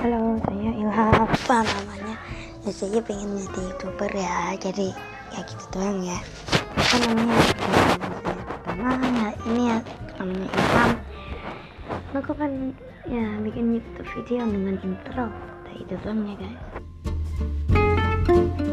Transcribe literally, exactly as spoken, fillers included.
Halo, saya Ilham, apa namanya? Ya, saya pengen jadi youtuber ya, jadi ya gitu doang ya. Apa namanya? Ya, saya pertama ya ini ya namanya Ilham. Aku kan ya bikin YouTube video dengan intro, kayak itu doang ya guys.